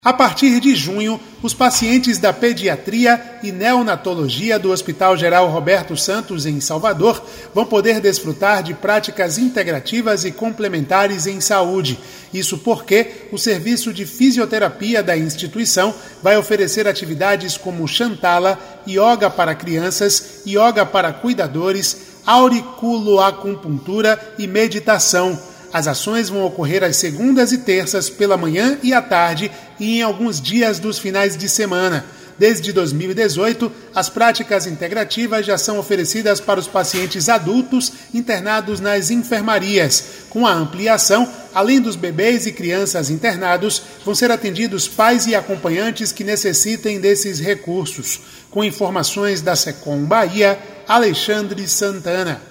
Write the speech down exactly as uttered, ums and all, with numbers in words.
A partir de junho, os pacientes da pediatria e neonatologia do Hospital Geral Roberto Santos, em Salvador, vão poder desfrutar de práticas integrativas e complementares em saúde. Isso porque o serviço de fisioterapia da instituição vai oferecer atividades como Shantala, yoga para crianças, yoga para cuidadores, auriculoacupuntura e meditação. As ações vão ocorrer às segundas e terças pela manhã e à tarde e em alguns dias dos finais de semana. Desde dois mil e dezoito, as práticas integrativas já são oferecidas para os pacientes adultos internados nas enfermarias. Com a ampliação, além dos bebês e crianças internados, vão ser atendidos pais e acompanhantes que necessitem desses recursos. Com informações da Secom Bahia, Alexandre Santana.